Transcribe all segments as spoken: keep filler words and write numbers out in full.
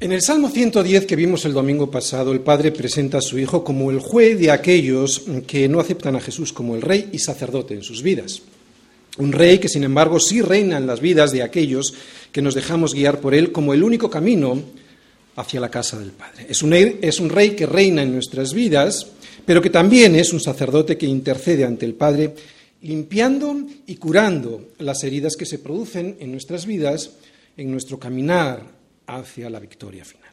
En el Salmo ciento diez que vimos el domingo pasado, el Padre presenta a su Hijo como el juez de aquellos que no aceptan a Jesús como el Rey y sacerdote en sus vidas. Un Rey que, sin embargo, sí reina en las vidas de aquellos que nos dejamos guiar por Él como el único camino hacia la casa del Padre. Es un, es un Rey que reina en nuestras vidas, pero que también es un sacerdote que intercede ante el Padre, limpiando y curando las heridas que se producen en nuestras vidas, en nuestro caminar hacia la victoria final.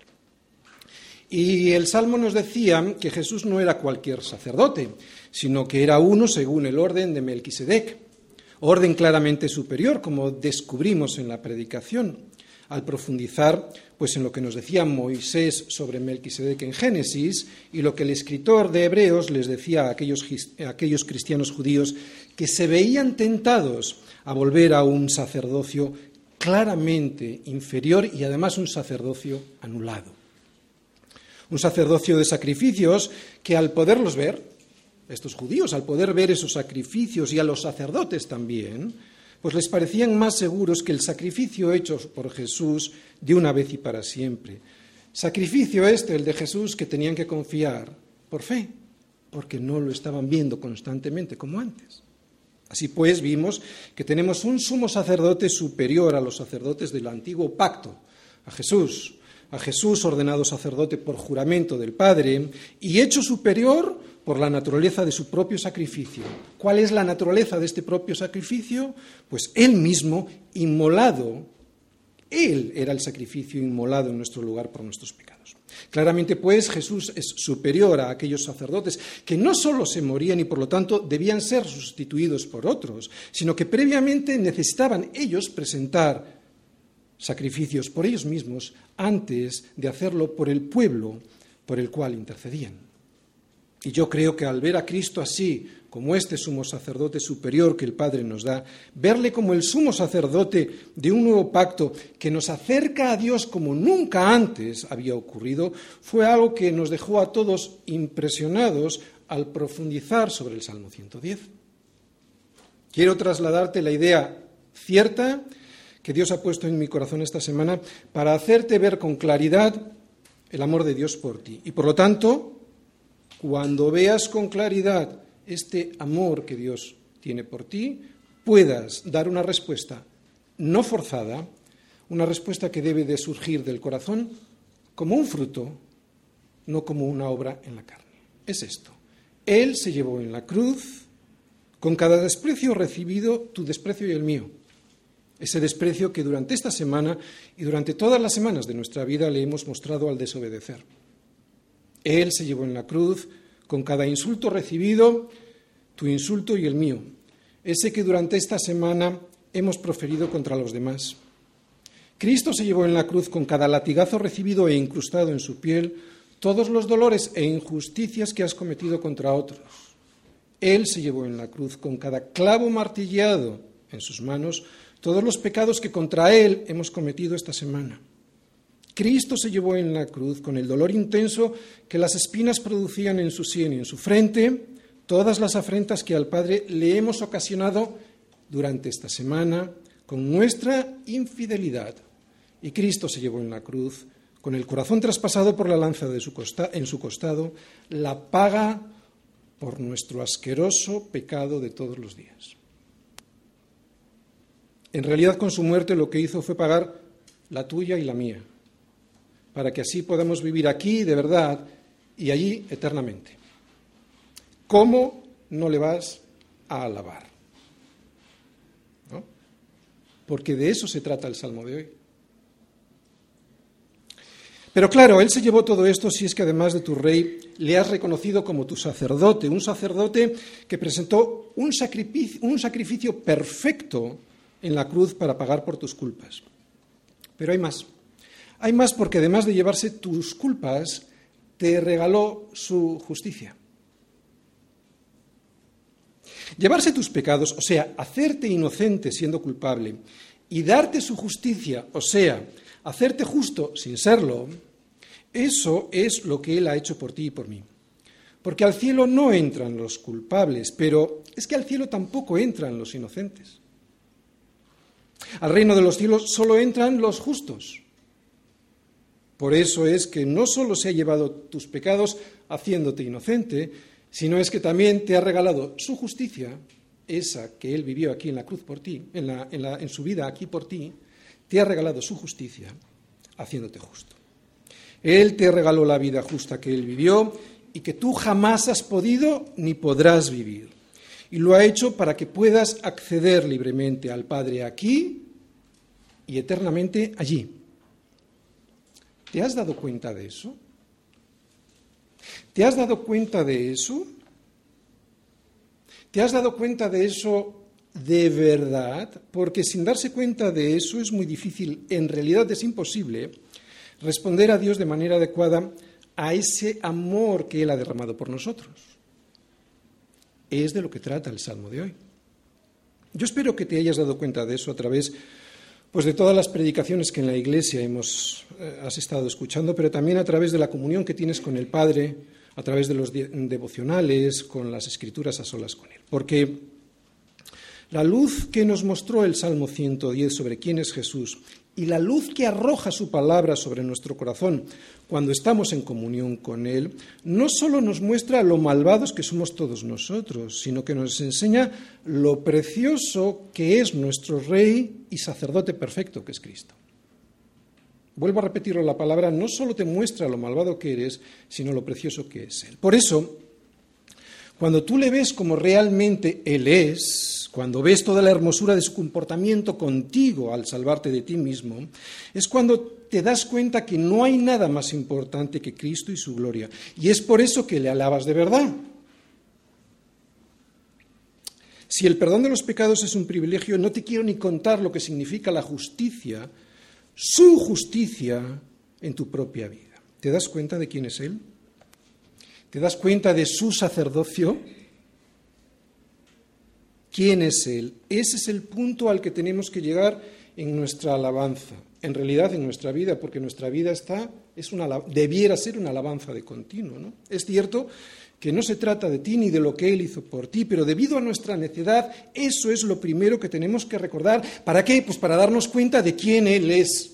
Y el Salmo nos decía que Jesús no era cualquier sacerdote, sino que era uno según el orden de Melquisedec, orden claramente superior, como descubrimos en la predicación, al profundizar pues, en lo que nos decía Moisés sobre Melquisedec en Génesis y lo que el escritor de Hebreos les decía a aquellos, a aquellos cristianos judíos que se veían tentados a volver a un sacerdocio claramente inferior y además un sacerdocio anulado. Un sacerdocio de sacrificios que al poderlos ver, estos judíos, al poder ver esos sacrificios y a los sacerdotes también, pues les parecían más seguros que el sacrificio hecho por Jesús de una vez y para siempre. Sacrificio este, el de Jesús, que tenían que confiar por fe, porque no lo estaban viendo constantemente como antes. Así pues, vimos que tenemos un sumo sacerdote superior a los sacerdotes del antiguo pacto, a Jesús, a Jesús ordenado sacerdote por juramento del Padre y hecho superior por la naturaleza de su propio sacrificio. ¿Cuál es la naturaleza de este propio sacrificio? Pues Él mismo, inmolado, Él era el sacrificio inmolado en nuestro lugar por nuestros pecados. Claramente, pues, Jesús es superior a aquellos sacerdotes que no solo se morían y, por lo tanto, debían ser sustituidos por otros, sino que previamente necesitaban ellos presentar sacrificios por ellos mismos antes de hacerlo por el pueblo por el cual intercedían. Y yo creo que al ver a Cristo así, como este sumo sacerdote superior que el Padre nos da, verle como el sumo sacerdote de un nuevo pacto que nos acerca a Dios como nunca antes había ocurrido, fue algo que nos dejó a todos impresionados al profundizar sobre el Salmo ciento diez. Quiero trasladarte la idea cierta que Dios ha puesto en mi corazón esta semana para hacerte ver con claridad el amor de Dios por ti. Y por lo tanto, cuando veas con claridad este amor que Dios tiene por ti, puedas dar una respuesta no forzada, una respuesta que debe de surgir del corazón como un fruto, no como una obra en la carne. Es esto. Él se llevó en la cruz, con cada desprecio recibido, tu desprecio y el mío. Ese desprecio que durante esta semana y durante todas las semanas de nuestra vida le hemos mostrado al desobedecer. Él se llevó en la cruz, con cada insulto recibido, tu insulto y el mío, ese que durante esta semana hemos proferido contra los demás. Cristo se llevó en la cruz con cada latigazo recibido e incrustado en su piel, todos los dolores e injusticias que has cometido contra otros. Él se llevó en la cruz con cada clavo martilleado en sus manos, todos los pecados que contra Él hemos cometido esta semana. Cristo se llevó en la cruz con el dolor intenso que las espinas producían en su sien y en su frente, todas las afrentas que al Padre le hemos ocasionado durante esta semana con nuestra infidelidad. Y Cristo se llevó en la cruz, con el corazón traspasado por la lanza de su costa, en su costado, la paga por nuestro asqueroso pecado de todos los días. En realidad, con su muerte lo que hizo fue pagar la tuya y la mía, para que así podamos vivir aquí de verdad y allí eternamente. ¿Cómo no le vas a alabar? ¿No? Porque de eso se trata el Salmo de hoy. Pero claro, Él se llevó todo esto si es que además de tu Rey le has reconocido como tu sacerdote, un sacerdote que presentó un sacrificio, un sacrificio perfecto en la cruz para pagar por tus culpas. Pero hay más. Hay más porque además de llevarse tus culpas, te regaló su justicia. Llevarse tus pecados, o sea, hacerte inocente siendo culpable, y darte su justicia, o sea, hacerte justo sin serlo, eso es lo que Él ha hecho por ti y por mí. Porque al cielo no entran los culpables, pero es que al cielo tampoco entran los inocentes. Al reino de los cielos solo entran los justos. Por eso es que no solo se ha llevado tus pecados haciéndote inocente, sino es que también te ha regalado su justicia, esa que Él vivió aquí en la cruz por ti, en, la, en, la, en su vida aquí por ti, te ha regalado su justicia haciéndote justo. Él te regaló la vida justa que Él vivió y que tú jamás has podido ni podrás vivir. Y lo ha hecho para que puedas acceder libremente al Padre aquí y eternamente allí. ¿Te has dado cuenta de eso? ¿Te has dado cuenta de eso? ¿Te has dado cuenta de eso de verdad? Porque sin darse cuenta de eso es muy difícil, en realidad es imposible, responder a Dios de manera adecuada a ese amor que Él ha derramado por nosotros. Es de lo que trata el Salmo de hoy. Yo espero que te hayas dado cuenta de eso a través pues, de todas las predicaciones que en la Iglesia hemos, eh, has estado escuchando, pero también a través de la comunión que tienes con el Padre, a través de los devocionales, con las Escrituras a solas con Él. Porque la luz que nos mostró el Salmo ciento diez sobre quién es Jesús y la luz que arroja su palabra sobre nuestro corazón cuando estamos en comunión con Él, no solo nos muestra lo malvados que somos todos nosotros, sino que nos enseña lo precioso que es nuestro Rey y sacerdote perfecto, que es Cristo. Vuelvo a repetirlo, la palabra no solo te muestra lo malvado que eres, sino lo precioso que es Él. Por eso, cuando tú le ves como realmente Él es, cuando ves toda la hermosura de su comportamiento contigo al salvarte de ti mismo, es cuando te das cuenta que no hay nada más importante que Cristo y su gloria. Y es por eso que le alabas de verdad. Si el perdón de los pecados es un privilegio, no te quiero ni contar lo que significa la justicia, su justicia en tu propia vida. ¿Te das cuenta de quién es Él? ¿Te das cuenta de su sacerdocio? ¿Quién es Él? Ese es el punto al que tenemos que llegar en nuestra alabanza, en realidad en nuestra vida, porque nuestra vida está, es una, debiera ser una alabanza de continuo, ¿no? Es cierto que no se trata de ti ni de lo que Él hizo por ti, pero debido a nuestra necedad, eso es lo primero que tenemos que recordar. ¿Para qué? Pues para darnos cuenta de quién Él es.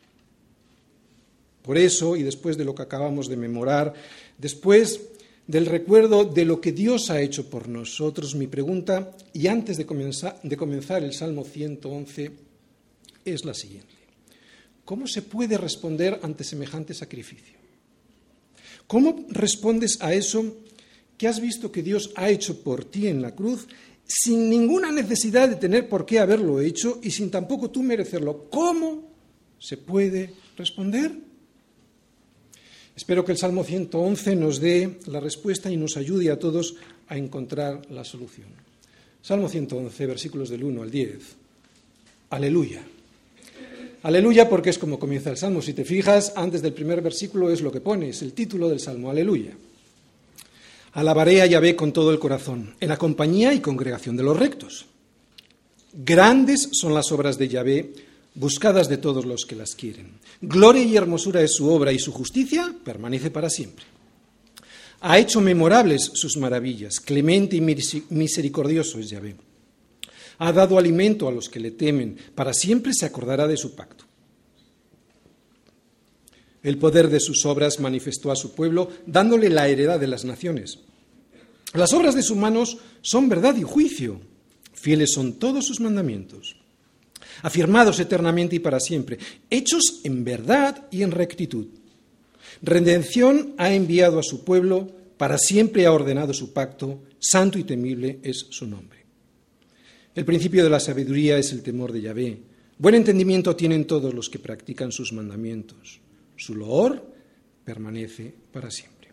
Por eso, y después de lo que acabamos de memorar, después del recuerdo de lo que Dios ha hecho por nosotros, mi pregunta, y antes de comenzar, de comenzar el Salmo ciento once, es la siguiente. ¿Cómo se puede responder ante semejante sacrificio? ¿Cómo respondes a eso que has visto que Dios ha hecho por ti en la cruz, sin ninguna necesidad de tener por qué haberlo hecho y sin tampoco tú merecerlo? ¿Cómo se puede responder? Espero que el Salmo ciento once nos dé la respuesta y nos ayude a todos a encontrar la solución. Salmo ciento once, versículos del uno al diez. Aleluya. Aleluya, porque es como comienza el Salmo. Si te fijas, antes del primer versículo es lo que pone, es el título del Salmo. Aleluya. Alabaré a Yahvé con todo el corazón, en la compañía y congregación de los rectos. Grandes son las obras de Yahvé, buscadas de todos los que las quieren. Gloria y hermosura es su obra y su justicia permanece para siempre. Ha hecho memorables sus maravillas, clemente y misericordioso es Yahvé. Ha dado alimento a los que le temen, para siempre se acordará de su pacto. El poder de sus obras manifestó a su pueblo, dándole la heredad de las naciones. Las obras de sus manos son verdad y juicio, fieles son todos sus mandamientos. Afirmados eternamente y para siempre, hechos en verdad y en rectitud. Redención ha enviado a su pueblo, para siempre ha ordenado su pacto, santo y temible es su nombre. El principio de la sabiduría es el temor de Yahvé. Buen entendimiento tienen todos los que practican sus mandamientos. Su loor permanece para siempre.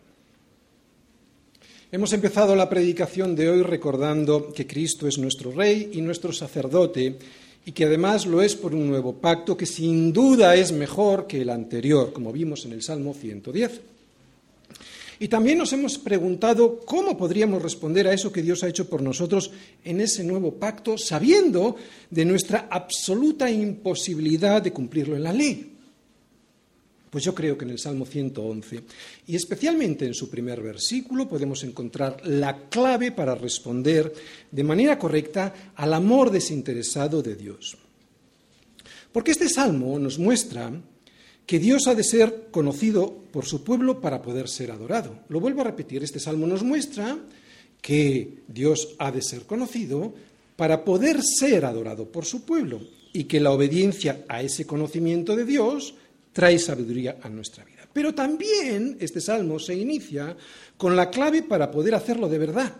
Hemos empezado la predicación de hoy recordando que Cristo es nuestro Rey y nuestro sacerdote, y que además lo es por un nuevo pacto que sin duda es mejor que el anterior, como vimos en el Salmo ciento diez. Y también nos hemos preguntado cómo podríamos responder a eso que Dios ha hecho por nosotros en ese nuevo pacto, sabiendo de nuestra absoluta imposibilidad de cumplirlo en la ley. Pues yo creo que en el Salmo ciento once, y especialmente en su primer versículo, podemos encontrar la clave para responder de manera correcta al amor desinteresado de Dios. Porque este Salmo nos muestra que Dios ha de ser conocido por su pueblo para poder ser adorado. Lo vuelvo a repetir, este salmo nos muestra que Dios ha de ser conocido para poder ser adorado por su pueblo y que la obediencia a ese conocimiento de Dios trae sabiduría a nuestra vida. Pero también este salmo se inicia con la clave para poder hacerlo de verdad.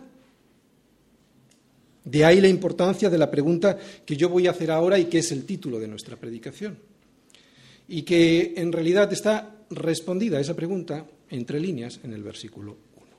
De ahí la importancia de la pregunta que yo voy a hacer ahora y que es el título de nuestra predicación. Y que en realidad está respondida a esa pregunta entre líneas en el versículo uno.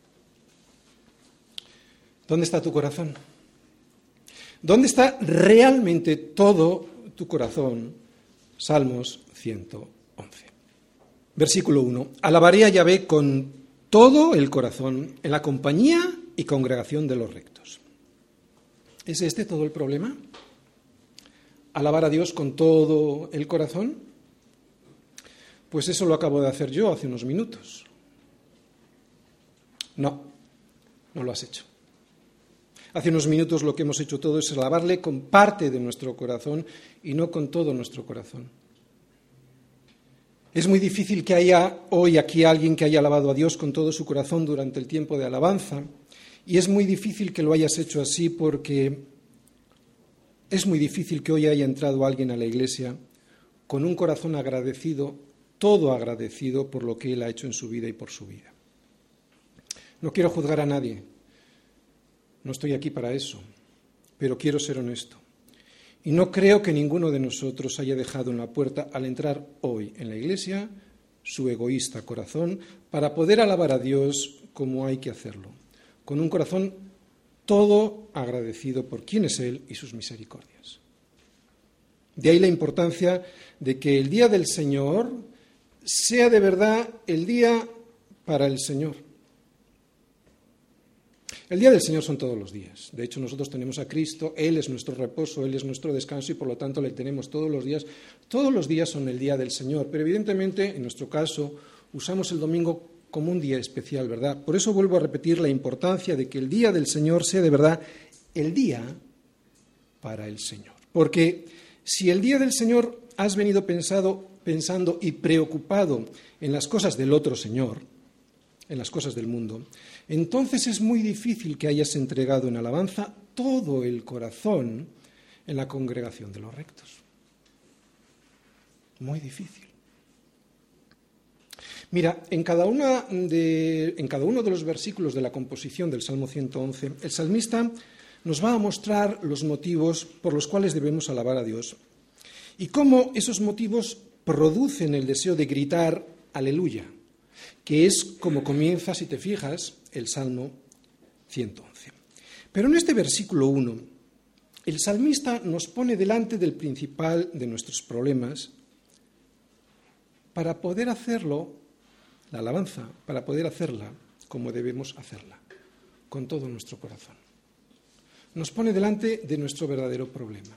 ¿Dónde está tu corazón? ¿Dónde está realmente todo tu corazón? Salmos ciento once. Versículo uno. Alabaré a Yahvé con todo el corazón en la compañía y congregación de los rectos. ¿Es este todo el problema? ¿Alabar a Dios con todo el corazón? Pues eso lo acabo de hacer yo hace unos minutos. No, no lo has hecho. Hace unos minutos lo que hemos hecho todo es alabarle con parte de nuestro corazón y no con todo nuestro corazón. Es muy difícil que haya hoy aquí alguien que haya alabado a Dios con todo su corazón durante el tiempo de alabanza, y es muy difícil que lo hayas hecho así porque es muy difícil que hoy haya entrado alguien a la iglesia con un corazón agradecido, todo agradecido por lo que Él ha hecho en su vida y por su vida. No quiero juzgar a nadie, no estoy aquí para eso, pero quiero ser honesto. Y no creo que ninguno de nosotros haya dejado en la puerta, al entrar hoy en la iglesia, su egoísta corazón para poder alabar a Dios como hay que hacerlo, con un corazón todo agradecido por quién es Él y sus misericordias. De ahí la importancia de que el día del Señor sea de verdad el día para el Señor. El día del Señor son todos los días. De hecho, nosotros tenemos a Cristo, Él es nuestro reposo, Él es nuestro descanso y por lo tanto le tenemos todos los días. Todos los días son el día del Señor, pero evidentemente, en nuestro caso, usamos el domingo como un día especial, ¿verdad? Por eso vuelvo a repetir la importancia de que el día del Señor sea de verdad el día para el Señor. Porque si el día del Señor has venido pensado, pensando y preocupado en las cosas del otro Señor, en las cosas del mundo, entonces es muy difícil que hayas entregado en alabanza todo el corazón en la congregación de los rectos. Muy difícil. Mira, en cada, una de, en cada uno de los versículos de la composición del Salmo ciento once, el salmista nos va a mostrar los motivos por los cuales debemos alabar a Dios y cómo esos motivos producen el deseo de gritar aleluya, que es como comienza, si te fijas, el Salmo ciento once. Pero en este versículo uno, el salmista nos pone delante del principal de nuestros problemas para poder hacerlo, la alabanza, para poder hacerla como debemos hacerla, con todo nuestro corazón. Nos pone delante de nuestro verdadero problema.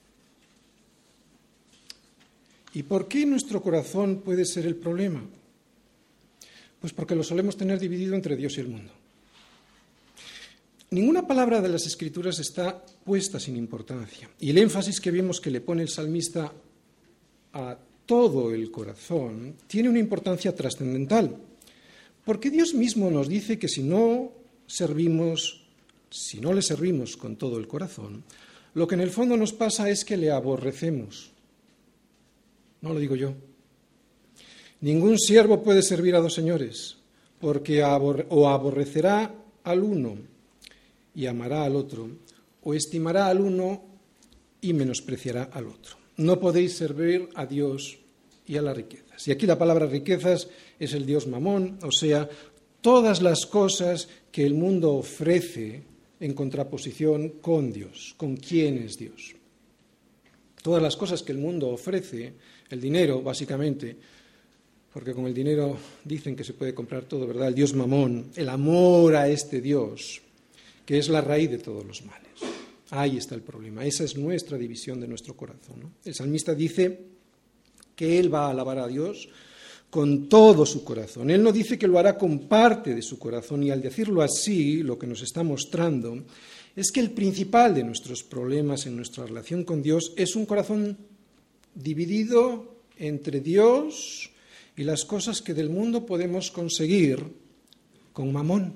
¿Y por qué nuestro corazón puede ser el problema? Pues porque lo solemos tener dividido entre Dios y el mundo. Ninguna palabra de las Escrituras está puesta sin importancia. Y el énfasis que vemos que le pone el salmista a todo el corazón tiene una importancia trascendental. Porque Dios mismo nos dice que si no servimos, si no le servimos con todo el corazón, lo que en el fondo nos pasa es que le aborrecemos. No lo digo yo. Ningún siervo puede servir a dos señores, porque o aborrecerá al uno y amará al otro, o estimará al uno y menospreciará al otro. No podéis servir a Dios y a las riquezas. Y aquí la palabra riquezas es el dios Mamón, o sea, todas las cosas que el mundo ofrece en contraposición con Dios, con quién es Dios. Todas las cosas que el mundo ofrece, el dinero básicamente, porque con el dinero dicen que se puede comprar todo, ¿verdad? El dios Mamón, el amor a este Dios, que es la raíz de todos los males. Ahí está el problema, esa es nuestra división de nuestro corazón, ¿no? El salmista dice que él va a alabar a Dios con todo su corazón. Él no dice que lo hará con parte de su corazón, y al decirlo así, lo que nos está mostrando es que el principal de nuestros problemas en nuestra relación con Dios es un corazón dividido entre Dios y las cosas que del mundo podemos conseguir con mamón.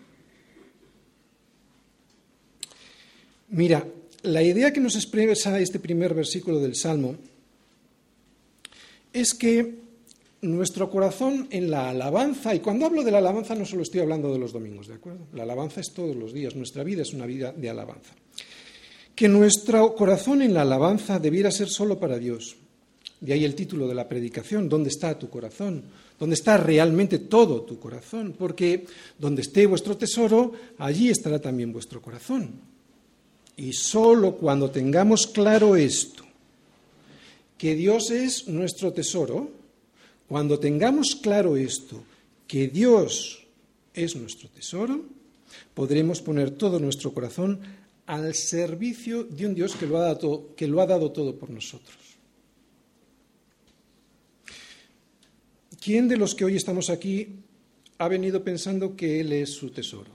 Mira, la idea que nos expresa este primer versículo del Salmo es que nuestro corazón en la alabanza, y cuando hablo de la alabanza no solo estoy hablando de los domingos, ¿de acuerdo? La alabanza es todos los días, nuestra vida es una vida de alabanza. Que nuestro corazón en la alabanza debiera ser solo para Dios. De ahí el título de la predicación, ¿dónde está tu corazón? ¿Dónde está realmente todo tu corazón? Porque donde esté vuestro tesoro, allí estará también vuestro corazón. Y solo cuando tengamos claro esto, que Dios es nuestro tesoro, cuando tengamos claro esto, que Dios es nuestro tesoro, podremos poner todo nuestro corazón al servicio de un Dios que lo ha dado, que lo ha dado todo por nosotros. ¿Quién de los que hoy estamos aquí ha venido pensando que Él es su tesoro?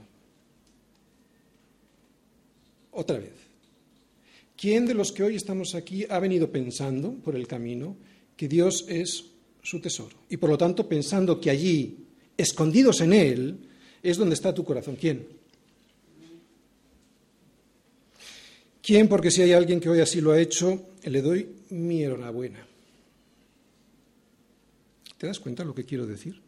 Otra vez. ¿Quién de los que hoy estamos aquí ha venido pensando por el camino que Dios es su tesoro? Y por lo tanto pensando que allí, escondidos en Él, es donde está tu corazón. ¿Quién? ¿Quién? Porque si hay alguien que hoy así lo ha hecho, le doy mi enhorabuena. ¿Te das cuenta de lo que quiero decir?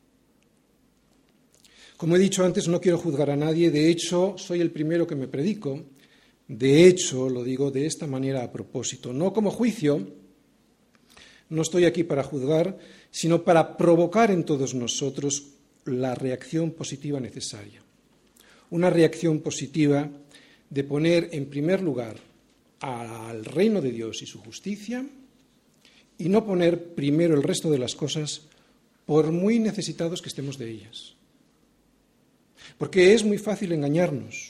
Como he dicho antes, no quiero juzgar a nadie, de hecho, soy el primero que me predico, de hecho, lo digo de esta manera a propósito, no como juicio, no estoy aquí para juzgar, sino para provocar en todos nosotros la reacción positiva necesaria. Una reacción positiva de poner en primer lugar al reino de Dios y su justicia, y no poner primero el resto de las cosas por muy necesitados que estemos de ellas. Porque es muy fácil engañarnos.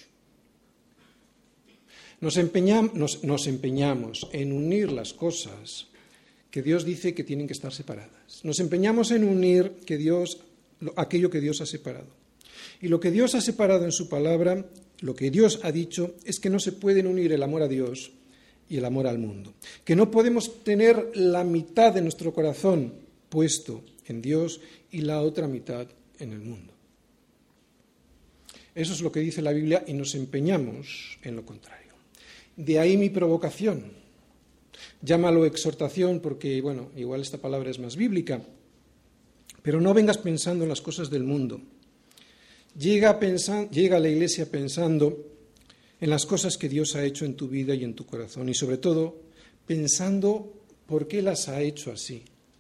Nos empeñamos, nos, nos empeñamos en unir las cosas que Dios dice que tienen que estar separadas. Nos empeñamos en unir que Dios, aquello que Dios ha separado. Y lo que Dios ha separado en su palabra, lo que Dios ha dicho, es que no se pueden unir el amor a Dios y el amor al mundo. Que no podemos tener la mitad de nuestro corazón puesto en Dios y la otra mitad en el mundo. Eso es lo que dice la Biblia y nos empeñamos en lo contrario. De ahí mi provocación. Llámalo exhortación porque, bueno, igual esta palabra es más bíblica, pero no vengas pensando en las cosas del mundo. Llega, pensan, llega a la iglesia pensando en las cosas que Dios ha hecho en tu vida y en tu corazón, y sobre todo pensando por qué las ha hecho así.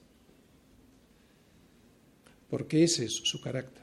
Porque ese es su carácter.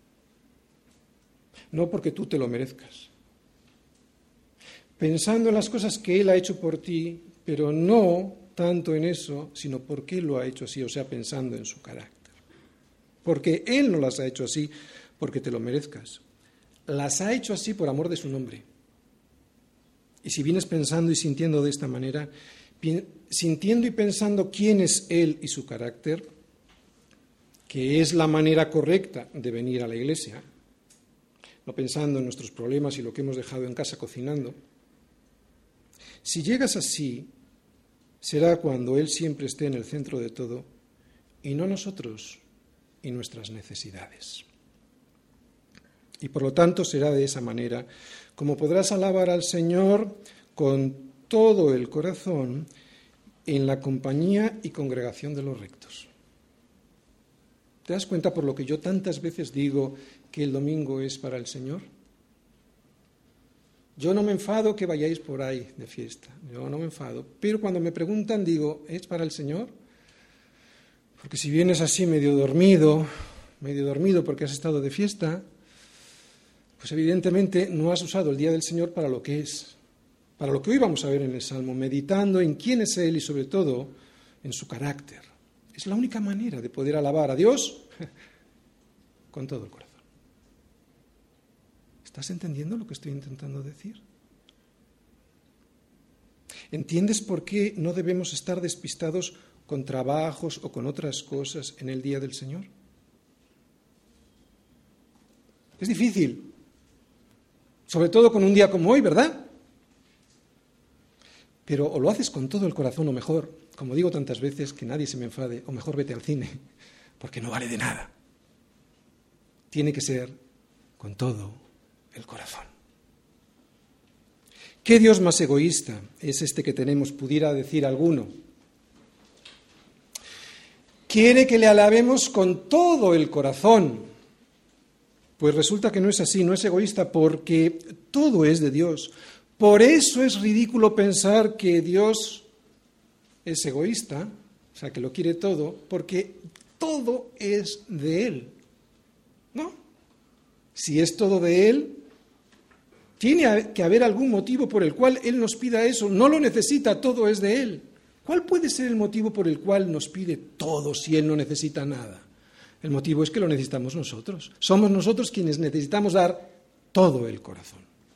No porque tú te lo merezcas. Pensando en las cosas que Él ha hecho por ti, pero no tanto en eso, sino por qué lo ha hecho así, o sea, pensando en su carácter. Porque Él no las ha hecho así porque te lo merezcas. Las ha hecho así por amor de su nombre. Y si vienes pensando y sintiendo de esta manera, sintiendo y pensando quién es Él y su carácter, que es la manera correcta de venir a la iglesia, no pensando en nuestros problemas y lo que hemos dejado en casa cocinando, si llegas así, será cuando Él siempre esté en el centro de todo y no nosotros y nuestras necesidades. Y por lo tanto será de esa manera como podrás alabar al Señor con todo el corazón en la compañía y congregación de los rectos. ¿Te das cuenta por lo que yo tantas veces digo que el domingo es para el Señor? Yo no me enfado que vayáis por ahí de fiesta, yo no me enfado, pero cuando me preguntan digo, ¿es para el Señor? Porque si vienes así medio dormido, medio dormido porque has estado de fiesta, pues evidentemente no has usado el día del Señor para lo que es, para lo que hoy vamos a ver en el Salmo, meditando en quién es Él y sobre todo en su carácter. Es la única manera de poder alabar a Dios con todo el corazón. ¿Estás entendiendo lo que estoy intentando decir? ¿Entiendes por qué no debemos estar despistados con trabajos o con otras cosas en el día del Señor? Es difícil, sobre todo con un día como hoy, ¿verdad? Pero o lo haces con todo el corazón o mejor, como digo tantas veces, que nadie se me enfade, o mejor vete al cine, porque no vale de nada. Tiene que ser con todo el corazón. ¿Qué Dios más egoísta es este que tenemos? Pudiera decir alguno. Quiere que le alabemos con todo el corazón. Pues resulta que no es así, no es egoísta, porque todo es de Dios. Por eso es ridículo pensar que Dios es egoísta, o sea, que lo quiere todo, porque todo es de Él. ¿No? Si es todo de Él, tiene que haber algún motivo por el cual Él nos pida eso. No lo necesita, todo es de Él. ¿Cuál puede ser el motivo por el cual nos pide todo si Él no necesita nada? El motivo es que lo necesitamos nosotros. Somos nosotros quienes necesitamos dar todo el corazón.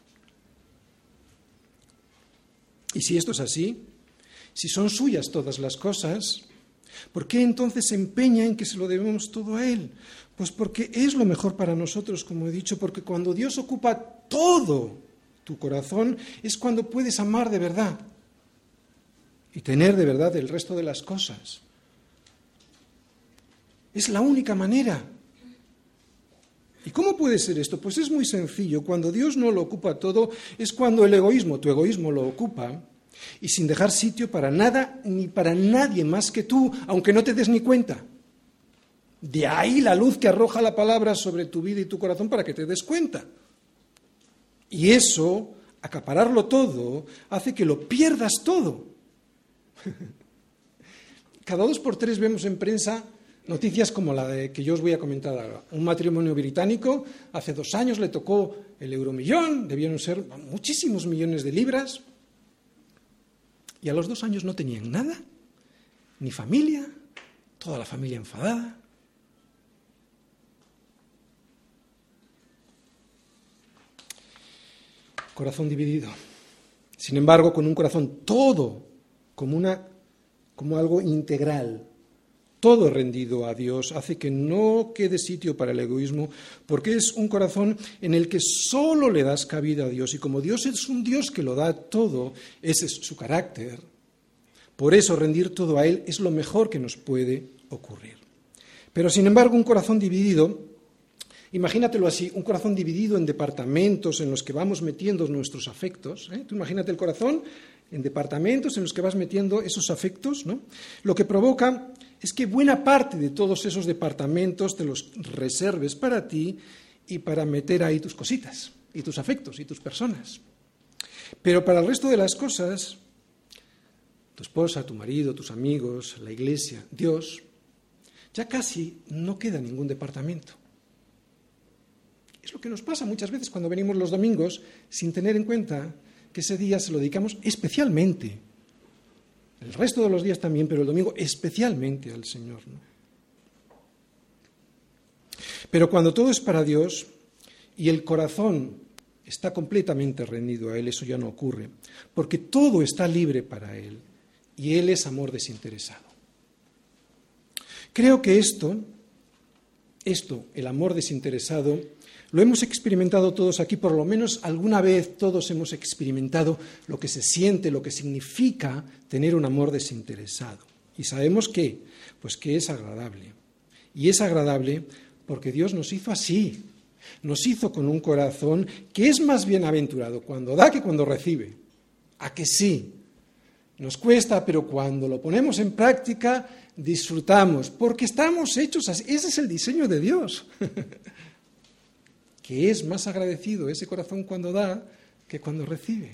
Y si esto es así, si son suyas todas las cosas, ¿por qué entonces se empeña en que se lo debemos todo a Él? Pues porque es lo mejor para nosotros, como he dicho, porque cuando Dios ocupa todo tu corazón es cuando puedes amar de verdad y tener de verdad el resto de las cosas. Es la única manera. ¿Y cómo puede ser esto? Pues es muy sencillo. Cuando Dios no lo ocupa todo es cuando el egoísmo, tu egoísmo lo ocupa y sin dejar sitio para nada ni para nadie más que tú, aunque no te des ni cuenta. De ahí la luz que arroja la palabra sobre tu vida y tu corazón para que te des cuenta. Y eso, acapararlo todo, hace que lo pierdas todo. Cada dos por tres vemos en prensa noticias como la de que yo os voy a comentar ahora. Un matrimonio británico, hace dos años le tocó el euromillón, debieron ser muchísimos millones de libras, y a los dos años no tenían nada, ni familia, toda la familia enfadada. Corazón dividido. Sin embargo, con un corazón todo, como, una, como algo integral, todo rendido a Dios, hace que no quede sitio para el egoísmo, porque es un corazón en el que solo le das cabida a Dios. Y como Dios es un Dios que lo da todo, ese es su carácter, por eso rendir todo a Él es lo mejor que nos puede ocurrir. Pero sin embargo, un corazón dividido, imagínatelo así, un corazón dividido en departamentos en los que vamos metiendo nuestros afectos. ¿eh? Tú imagínate el corazón en departamentos en los que vas metiendo esos afectos, ¿no? Lo que provoca es que buena parte de todos esos departamentos te los reserves para ti y para meter ahí tus cositas, y tus afectos, y tus personas. Pero para el resto de las cosas, tu esposa, tu marido, tus amigos, la iglesia, Dios, ya casi no queda ningún departamento. Es lo que nos pasa muchas veces cuando venimos los domingos sin tener en cuenta que ese día se lo dedicamos especialmente, el resto de los días también, pero el domingo especialmente al Señor, ¿no? Pero cuando todo es para Dios y el corazón está completamente rendido a Él, eso ya no ocurre, porque todo está libre para Él y Él es amor desinteresado. Creo que esto, esto, el amor desinteresado, lo hemos experimentado todos aquí, por lo menos alguna vez todos hemos experimentado lo que se siente, lo que significa tener un amor desinteresado. Y sabemos que, pues que es agradable. Y es agradable porque Dios nos hizo así, nos hizo con un corazón que es más bienaventurado cuando da que cuando recibe. ¿A que sí? Nos cuesta, pero cuando lo ponemos en práctica disfrutamos, porque estamos hechos así. Ese es el diseño de Dios. Que es más agradecido ese corazón cuando da que cuando recibe.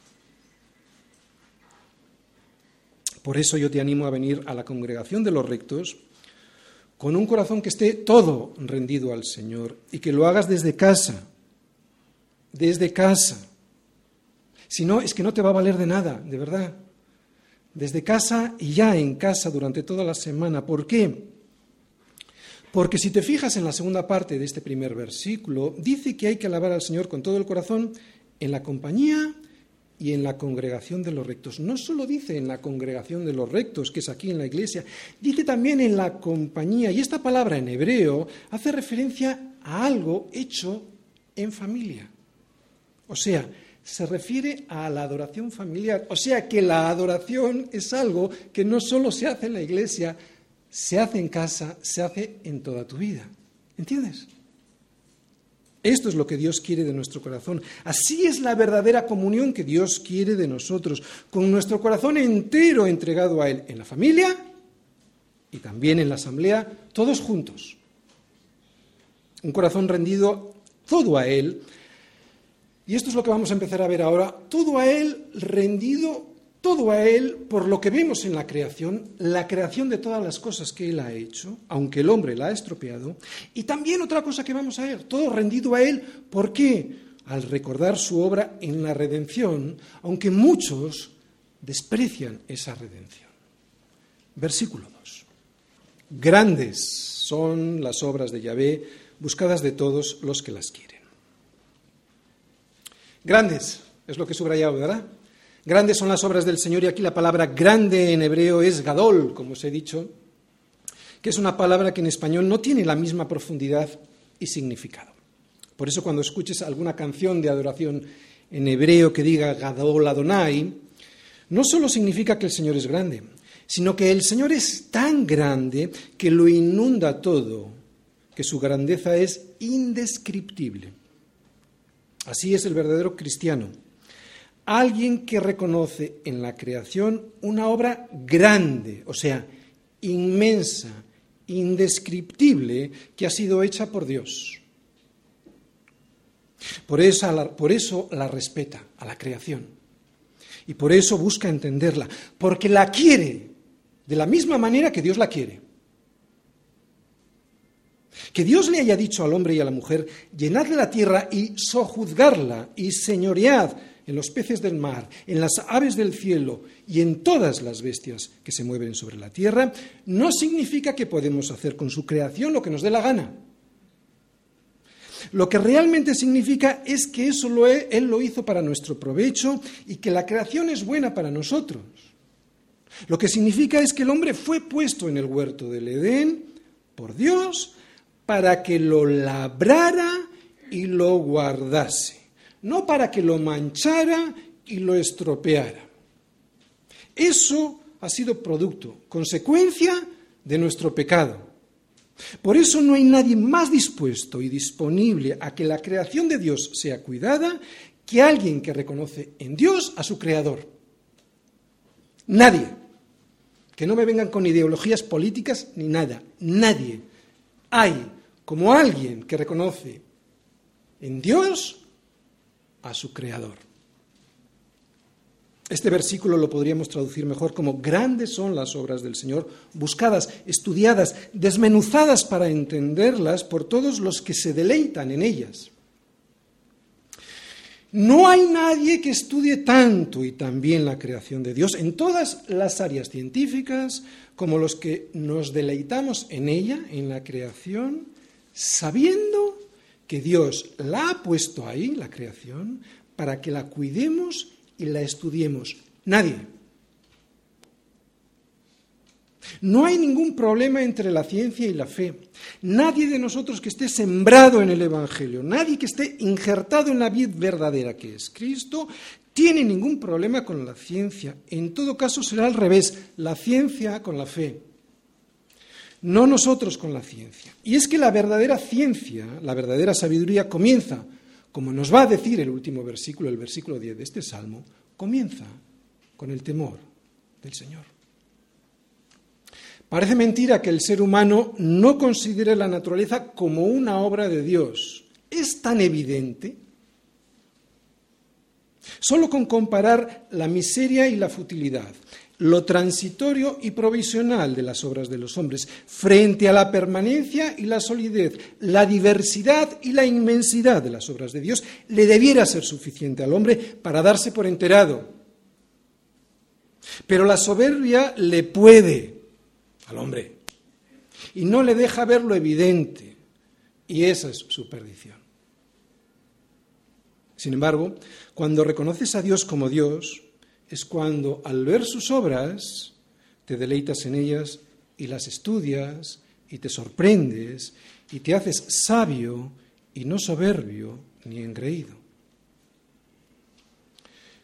Por eso yo te animo a venir a la congregación de los rectos con un corazón que esté todo rendido al Señor y que lo hagas desde casa, desde casa. Si no, es que no te va a valer de nada, de verdad. Desde casa y ya en casa durante toda la semana. ¿Por qué? Porque si te fijas en la segunda parte de este primer versículo, dice que hay que alabar al Señor con todo el corazón en la compañía y en la congregación de los rectos. No solo dice en la congregación de los rectos, que es aquí en la iglesia, dice también en la compañía. Y esta palabra en hebreo hace referencia a algo hecho en familia. O sea, se refiere a la adoración familiar. O sea que la adoración es algo que no solo se hace en la iglesia, se hace en casa, se hace en toda tu vida. ¿Entiendes? Esto es lo que Dios quiere de nuestro corazón. Así es la verdadera comunión que Dios quiere de nosotros, con nuestro corazón entero entregado a Él, en la familia y también en la asamblea, todos juntos. Un corazón rendido todo a Él. Y esto es lo que vamos a empezar a ver ahora. Todo a Él, rendido, todo a Él, por lo que vemos en la creación, la creación de todas las cosas que Él ha hecho, aunque el hombre la ha estropeado. Y también otra cosa que vamos a ver, todo rendido a Él. ¿Por qué? Al recordar su obra en la redención, aunque muchos desprecian esa redención. Versículo dos. Grandes son las obras de Yahvé, buscadas de todos los que las quieren. Grandes, es lo que he subrayado, ¿verdad? Grandes son las obras del Señor, y aquí la palabra grande en hebreo es gadol, como os he dicho, que es una palabra que en español no tiene la misma profundidad y significado. Por eso cuando escuches alguna canción de adoración en hebreo que diga gadol Adonai, no solo significa que el Señor es grande, sino que el Señor es tan grande que lo inunda todo, que su grandeza es indescriptible. Así es el verdadero cristiano. Alguien que reconoce en la creación una obra grande, o sea, inmensa, indescriptible, que ha sido hecha por Dios. Por eso, la, por eso la respeta a la creación. Y por eso busca entenderla, porque la quiere de la misma manera que Dios la quiere. Que Dios le haya dicho al hombre y a la mujer, llenad la tierra y sojuzgarla y señoread en los peces del mar, en las aves del cielo y en todas las bestias que se mueven sobre la tierra, no significa que podemos hacer con su creación lo que nos dé la gana. Lo que realmente significa es que eso lo he, Él lo hizo para nuestro provecho y que la creación es buena para nosotros. Lo que significa es que el hombre fue puesto en el huerto del Edén por Dios para que lo labrara y lo guardase, no para que lo manchara y lo estropeara. Eso ha sido producto, consecuencia de nuestro pecado. Por eso no hay nadie más dispuesto y disponible a que la creación de Dios sea cuidada que alguien que reconoce en Dios a su Creador. Nadie. Que no me vengan con ideologías políticas ni nada. Nadie. Hay como alguien que reconoce en Dios a su Creador. Este versículo lo podríamos traducir mejor como grandes son las obras del Señor, buscadas, estudiadas, desmenuzadas para entenderlas por todos los que se deleitan en ellas. No hay nadie que estudie tanto y tan bien la creación de Dios en todas las áreas científicas como los que nos deleitamos en ella, en la creación, sabiendo que Dios la ha puesto ahí, la creación, para que la cuidemos y la estudiemos. Nadie. No hay ningún problema entre la ciencia y la fe. Nadie de nosotros que esté sembrado en el Evangelio, nadie que esté injertado en la vid verdadera que es Cristo, tiene ningún problema con la ciencia. En todo caso será al revés, la ciencia con la fe. No nosotros con la ciencia. Y es que la verdadera ciencia, la verdadera sabiduría comienza, como nos va a decir el último versículo, el versículo diez de este salmo, comienza con el temor del Señor. Parece mentira que el ser humano no considere la naturaleza como una obra de Dios. Es tan evidente. Solo con comparar la miseria y la futilidad, lo transitorio y provisional de las obras de los hombres, frente a la permanencia y la solidez, la diversidad y la inmensidad de las obras de Dios, le debiera ser suficiente al hombre para darse por enterado. Pero la soberbia le puede al hombre y no le deja ver lo evidente, y esa es su perdición. Sin embargo, cuando reconoces a Dios como Dios, es cuando al ver sus obras te deleitas en ellas y las estudias y te sorprendes y te haces sabio y no soberbio ni engreído.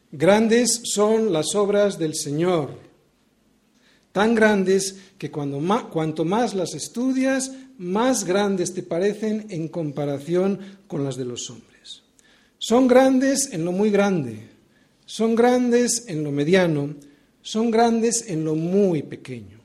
Grandes son las obras del Señor, tan grandes que cuando más, cuanto más las estudias, más grandes te parecen en comparación con las de los hombres. Son grandes en lo muy grande, son grandes en lo mediano, son grandes en lo muy pequeño.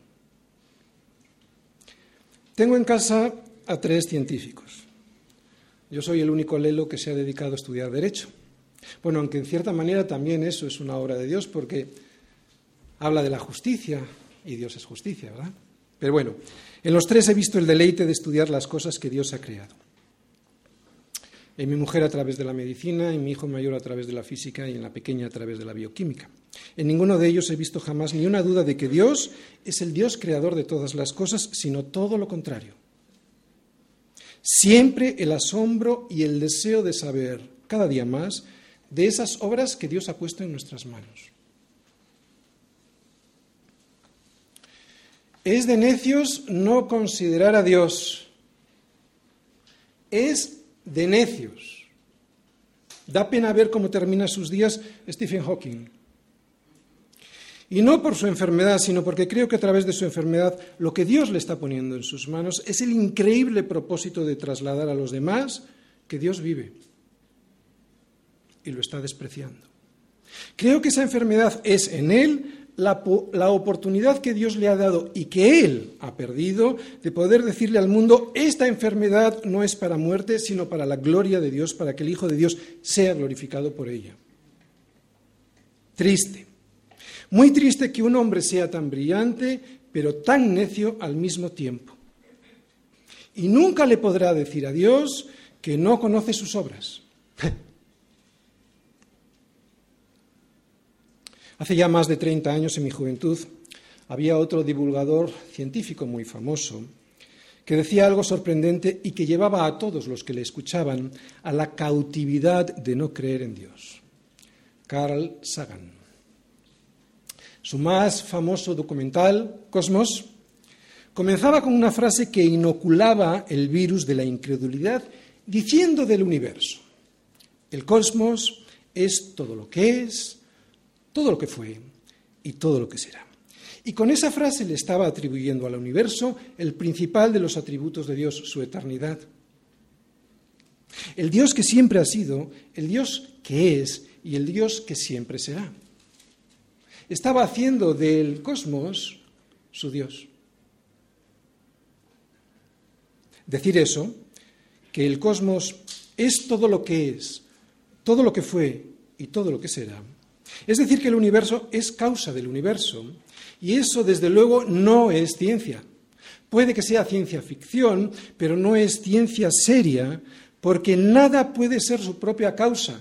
Tengo en casa a tres científicos. Yo soy el único lelo que se ha dedicado a estudiar Derecho. Bueno, aunque en cierta manera también eso es una obra de Dios, porque habla de la justicia, y Dios es justicia, ¿verdad? Pero bueno, en los tres he visto el deleite de estudiar las cosas que Dios ha creado. En mi mujer a través de la medicina, en mi hijo mayor a través de la física y en la pequeña a través de la bioquímica. En ninguno de ellos he visto jamás ni una duda de que Dios es el Dios creador de todas las cosas, sino todo lo contrario. Siempre el asombro y el deseo de saber, cada día más, de esas obras que Dios ha puesto en nuestras manos. Es de necios no considerar a Dios. Es de necios. Da pena ver cómo termina sus días Stephen Hawking. Y no por su enfermedad, sino porque creo que a través de su enfermedad lo que Dios le está poniendo en sus manos es el increíble propósito de trasladar a los demás que Dios vive. Y lo está despreciando. Creo que esa enfermedad es en él la, la oportunidad que Dios le ha dado y que él ha perdido de poder decirle al mundo: esta enfermedad no es para muerte, sino para la gloria de Dios, para que el Hijo de Dios sea glorificado por ella. Triste. Muy triste que un hombre sea tan brillante, pero tan necio al mismo tiempo. Y nunca le podrá decir a Dios que no conoce sus obras. Hace ya más de treinta años, en mi juventud, había otro divulgador científico muy famoso que decía algo sorprendente y que llevaba a todos los que le escuchaban a la cautividad de no creer en Dios. Carl Sagan. Su más famoso documental, Cosmos, comenzaba con una frase que inoculaba el virus de la incredulidad, diciendo del universo: el cosmos es todo lo que es, todo lo que fue y todo lo que será. Y con esa frase le estaba atribuyendo al universo el principal de los atributos de Dios, su eternidad. El Dios que siempre ha sido, el Dios que es y el Dios que siempre será. Estaba haciendo del cosmos su Dios. Decir eso, que el cosmos es todo lo que es, todo lo que fue y todo lo que será, es decir, que el universo es causa del universo, y eso, desde luego, no es ciencia. Puede que sea ciencia ficción, pero no es ciencia seria, porque nada puede ser su propia causa.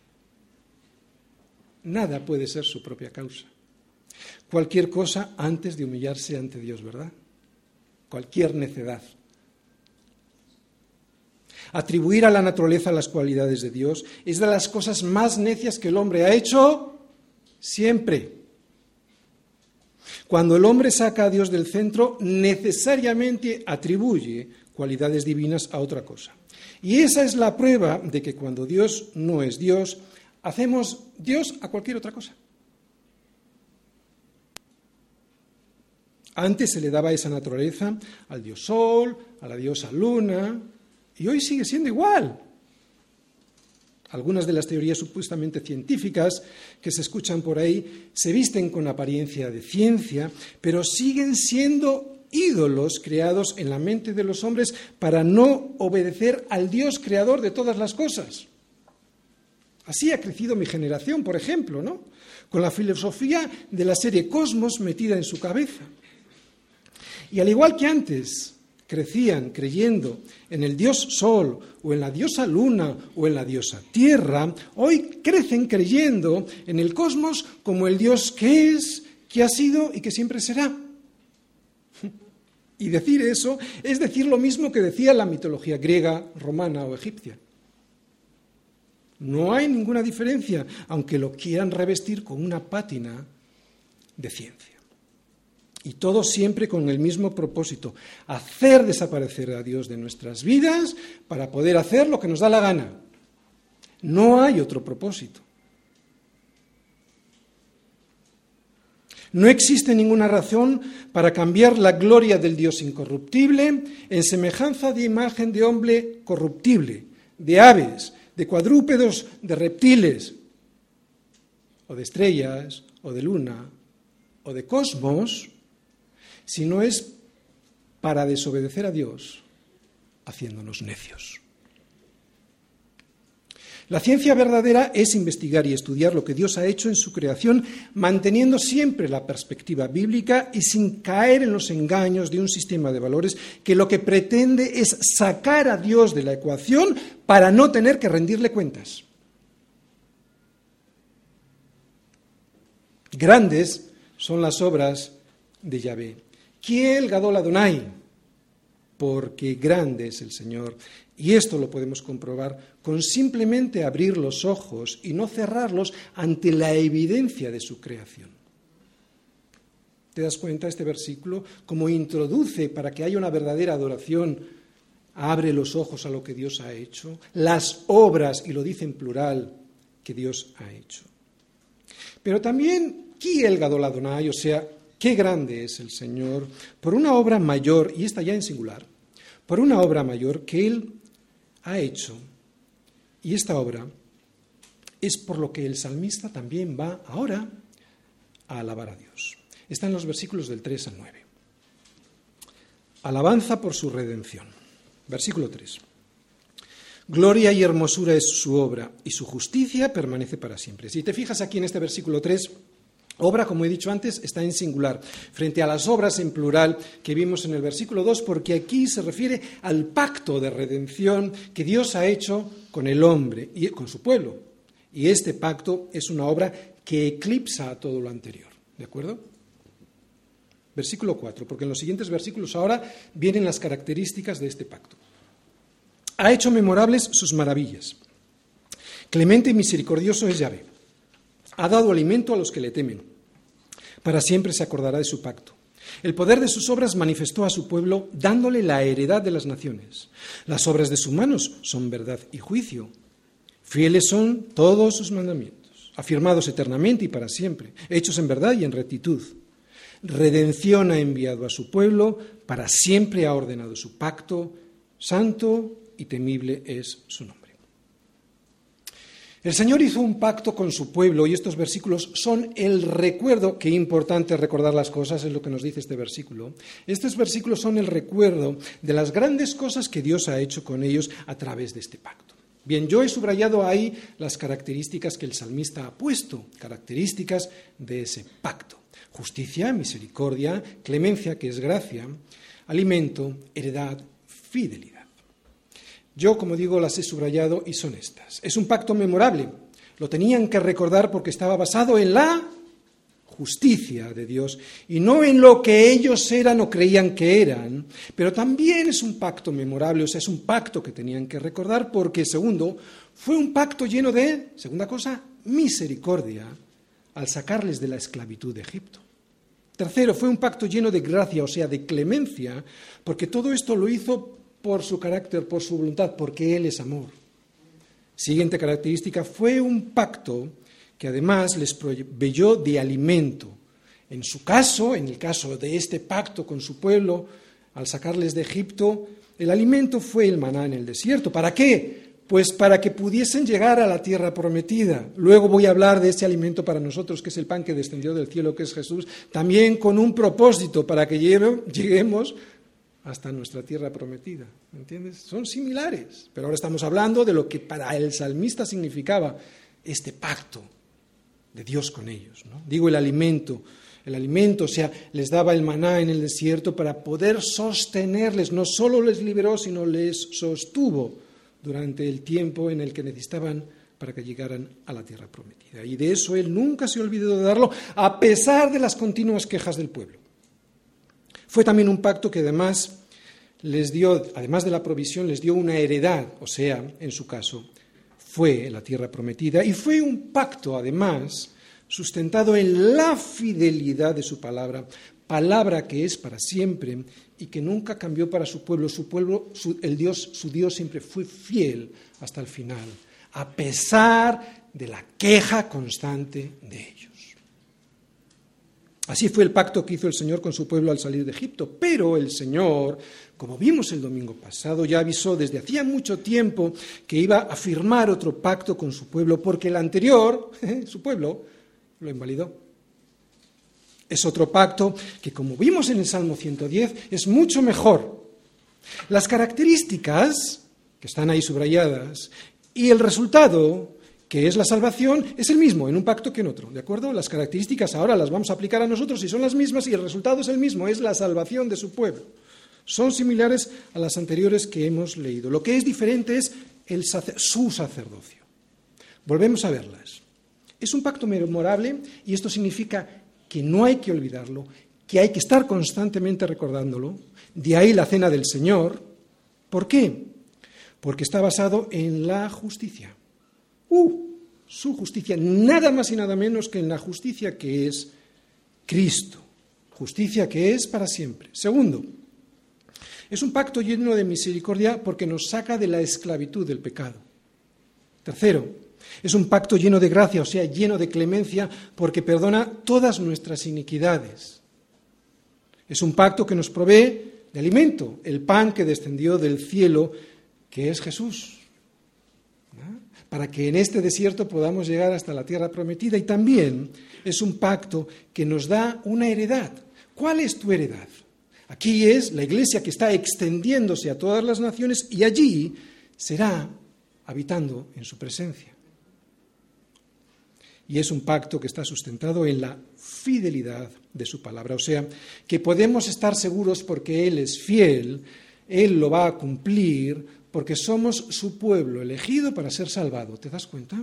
Nada puede ser su propia causa. Cualquier cosa antes de humillarse ante Dios, ¿verdad? Cualquier necedad. Atribuir a la naturaleza las cualidades de Dios es de las cosas más necias que el hombre ha hecho siempre. Cuando el hombre saca a Dios del centro, necesariamente atribuye cualidades divinas a otra cosa. Y esa es la prueba de que cuando Dios no es Dios, hacemos Dios a cualquier otra cosa. Antes se le daba esa naturaleza al dios Sol, a la diosa Luna, y hoy sigue siendo igual. Algunas de las teorías supuestamente científicas que se escuchan por ahí se visten con apariencia de ciencia, pero siguen siendo ídolos creados en la mente de los hombres para no obedecer al Dios creador de todas las cosas. Así ha crecido mi generación, por ejemplo, ¿no? Con la filosofía de la serie Cosmos metida en su cabeza. Y al igual que antes crecían creyendo en el dios Sol o en la diosa Luna o en la diosa Tierra, hoy crecen creyendo en el cosmos como el Dios que es, que ha sido y que siempre será. Y decir eso es decir lo mismo que decía la mitología griega, romana o egipcia. No hay ninguna diferencia, aunque lo quieran revestir con una pátina de ciencia. Y todo siempre con el mismo propósito: hacer desaparecer a Dios de nuestras vidas para poder hacer lo que nos da la gana. No hay otro propósito. No existe ninguna razón para cambiar la gloria del Dios incorruptible en semejanza de imagen de hombre corruptible, de aves, de cuadrúpedos, de reptiles, o de estrellas, o de luna, o de cosmos, si no es para desobedecer a Dios, haciéndonos necios. La ciencia verdadera es investigar y estudiar lo que Dios ha hecho en su creación, manteniendo siempre la perspectiva bíblica y sin caer en los engaños de un sistema de valores que lo que pretende es sacar a Dios de la ecuación para no tener que rendirle cuentas. Grandes son las obras de Yahvé. Kiel Gadol Adonai, porque grande es el Señor. Y esto lo podemos comprobar con simplemente abrir los ojos y no cerrarlos ante la evidencia de su creación. ¿Te das cuenta este versículo? Como introduce para que haya una verdadera adoración, abre los ojos a lo que Dios ha hecho, las obras, y lo dice en plural, que Dios ha hecho. Pero también, Kiel Gadol Adonai, o sea, qué grande es el Señor, por una obra mayor, y esta ya en singular, por una obra mayor que Él ha hecho, y esta obra es por lo que el salmista también va ahora a alabar a Dios. Está en los versículos del tres al nueve. Alabanza por su redención. Versículo tres. Gloria y hermosura es su obra, y su justicia permanece para siempre. Si te fijas aquí en este versículo tres, obra, como he dicho antes, está en singular, frente a las obras en plural que vimos en el versículo dos, porque aquí se refiere al pacto de redención que Dios ha hecho con el hombre y con su pueblo. Y este pacto es una obra que eclipsa a todo lo anterior. ¿De acuerdo? Versículo cuatro, porque en los siguientes versículos ahora vienen las características de este pacto. Ha hecho memorables sus maravillas. Clemente y misericordioso es Yahvé. Ha dado alimento a los que le temen. Para siempre se acordará de su pacto. El poder de sus obras manifestó a su pueblo, dándole la heredad de las naciones. Las obras de sus manos son verdad y juicio. Fieles son todos sus mandamientos, afirmados eternamente y para siempre, hechos en verdad y en rectitud. Redención ha enviado a su pueblo, para siempre ha ordenado su pacto, santo y temible es su nombre. El Señor hizo un pacto con su pueblo y estos versículos son el recuerdo, qué importante recordar las cosas, es lo que nos dice este versículo. Estos versículos son el recuerdo de las grandes cosas que Dios ha hecho con ellos a través de este pacto. Bien, yo he subrayado ahí las características que el salmista ha puesto, características de ese pacto. Justicia, misericordia, clemencia, que es gracia, alimento, heredad, fidelidad. Yo, como digo, las he subrayado y son estas. Es un pacto memorable. Lo tenían que recordar porque estaba basado en la justicia de Dios y no en lo que ellos eran o creían que eran. Pero también es un pacto memorable, o sea, es un pacto que tenían que recordar porque, segundo, fue un pacto lleno de, segunda cosa, misericordia al sacarles de la esclavitud de Egipto. Tercero, fue un pacto lleno de gracia, o sea, de clemencia, porque todo esto lo hizo por su carácter, por su voluntad, porque Él es amor. Siguiente característica, fue un pacto que además les proveyó de alimento. En su caso, en el caso de este pacto con su pueblo, al sacarles de Egipto, el alimento fue el maná en el desierto. ¿Para qué? Pues para que pudiesen llegar a la tierra prometida. Luego voy a hablar de ese alimento para nosotros, que es el pan que descendió del cielo, que es Jesús, también con un propósito, para que lleguemos hasta nuestra tierra prometida, ¿entiendes? Son similares, pero ahora estamos hablando de lo que para el salmista significaba este pacto de Dios con ellos, ¿no? Digo el alimento, el alimento, o sea, les daba el maná en el desierto para poder sostenerles, no solo les liberó, sino les sostuvo durante el tiempo en el que necesitaban para que llegaran a la tierra prometida. Y de eso Él nunca se olvidó de darlo, a pesar de las continuas quejas del pueblo. Fue también un pacto que además les dio, además de la provisión, les dio una heredad, o sea, en su caso, fue la tierra prometida, y fue un pacto, además, sustentado en la fidelidad de su palabra, palabra que es para siempre y que nunca cambió para su pueblo. Su pueblo, su, el Dios, su Dios siempre fue fiel hasta el final, a pesar de la queja constante de ellos. Así fue el pacto que hizo el Señor con su pueblo al salir de Egipto. Pero el Señor, como vimos el domingo pasado, ya avisó desde hacía mucho tiempo que iba a firmar otro pacto con su pueblo, porque el anterior, su pueblo, lo invalidó. Es otro pacto que, como vimos en el Salmo ciento diez, es mucho mejor. Las características, que están ahí subrayadas, y el resultado, que es la salvación, es el mismo en un pacto que en otro, ¿de acuerdo? Las características ahora las vamos a aplicar a nosotros y son las mismas y el resultado es el mismo, es la salvación de su pueblo. Son similares a las anteriores que hemos leído. Lo que es diferente es el sacer- su sacerdocio. Volvemos a verlas. Es un pacto memorable y esto significa que no hay que olvidarlo, que hay que estar constantemente recordándolo. De ahí la cena del Señor. ¿Por qué? Porque está basado en la justicia. Uh, su justicia, nada más y nada menos que en la justicia que es Cristo, justicia que es para siempre. Segundo, es un pacto lleno de misericordia porque nos saca de la esclavitud del pecado. Tercero, es un pacto lleno de gracia, o sea, lleno de clemencia, porque perdona todas nuestras iniquidades. Es un pacto que nos provee de alimento, el pan que descendió del cielo, que es Jesús, para que en este desierto podamos llegar hasta la tierra prometida. Y también es un pacto que nos da una heredad. ¿Cuál es tu heredad? Aquí es la iglesia que está extendiéndose a todas las naciones y allí será habitando en su presencia. Y es un pacto que está sustentado en la fidelidad de su palabra. O sea, que podemos estar seguros porque Él es fiel, Él lo va a cumplir, porque somos su pueblo elegido para ser salvado. ¿Te das cuenta?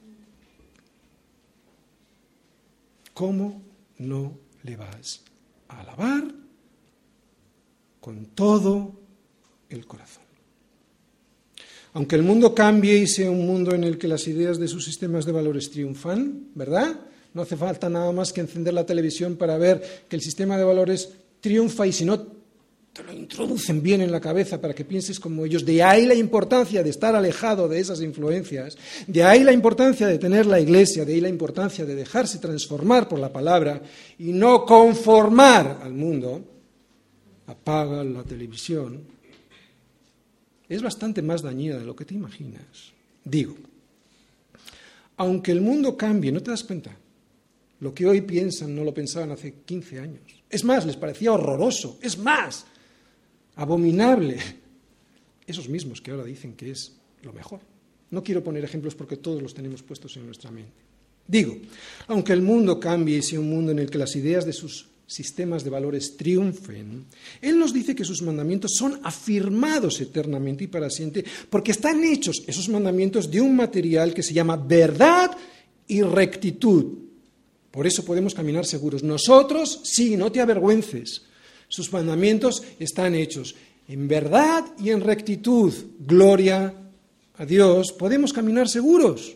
¿Cómo no le vas a alabar con todo el corazón? Aunque el mundo cambie y sea un mundo en el que las ideas de sus sistemas de valores triunfan, ¿verdad? No hace falta nada más que encender la televisión para ver que el sistema de valores triunfa y si no te lo introducen bien en la cabeza para que pienses como ellos. De ahí la importancia de estar alejado de esas influencias, de ahí la importancia de tener la iglesia, de ahí la importancia de dejarse transformar por la palabra y no conformar al mundo. Apaga la televisión. Es bastante más dañina de lo que te imaginas. Digo, aunque el mundo cambie, ¿no te das cuenta? Lo que hoy piensan no lo pensaban hace quince años. Es más, les parecía horroroso. Es más, abominable. Esos mismos que ahora dicen que es lo mejor. No quiero poner ejemplos porque todos los tenemos puestos en nuestra mente. Digo, aunque el mundo cambie y sea un mundo en el que las ideas de sus sistemas de valores triunfen, Él nos dice que sus mandamientos son afirmados eternamente y para siempre, porque están hechos esos mandamientos de un material que se llama verdad y rectitud. Por eso podemos caminar seguros. Nosotros, sí, no te avergüences. Sus mandamientos están hechos en verdad y en rectitud. Gloria a Dios. Podemos caminar seguros.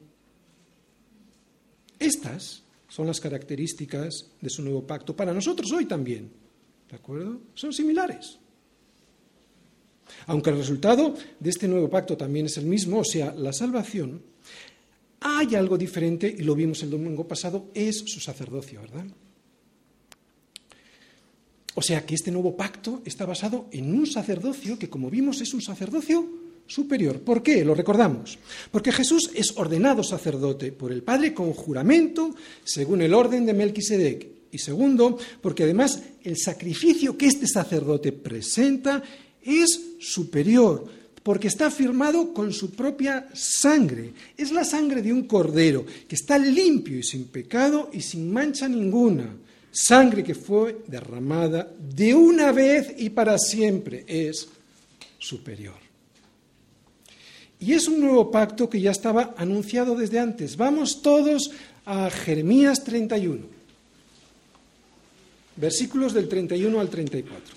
Estas son las características de su nuevo pacto. Para nosotros hoy también. ¿De acuerdo? Son similares. Aunque el resultado de este nuevo pacto también es el mismo, o sea, la salvación, hay algo diferente, y lo vimos el domingo pasado, es su sacerdocio, ¿verdad? O sea que este nuevo pacto está basado en un sacerdocio que, como vimos, es un sacerdocio superior. ¿Por qué? Lo recordamos. Porque Jesús es ordenado sacerdote por el Padre con juramento según el orden de Melquisedec. Y segundo, porque además el sacrificio que este sacerdote presenta es superior, porque está firmado con su propia sangre. Es la sangre de un cordero que está limpio y sin pecado y sin mancha ninguna. Sangre que fue derramada de una vez y para siempre. Es superior. Y es un nuevo pacto que ya estaba anunciado desde antes. Vamos todos a Jeremías treinta y uno. Versículos del treinta y uno al treinta y cuatro.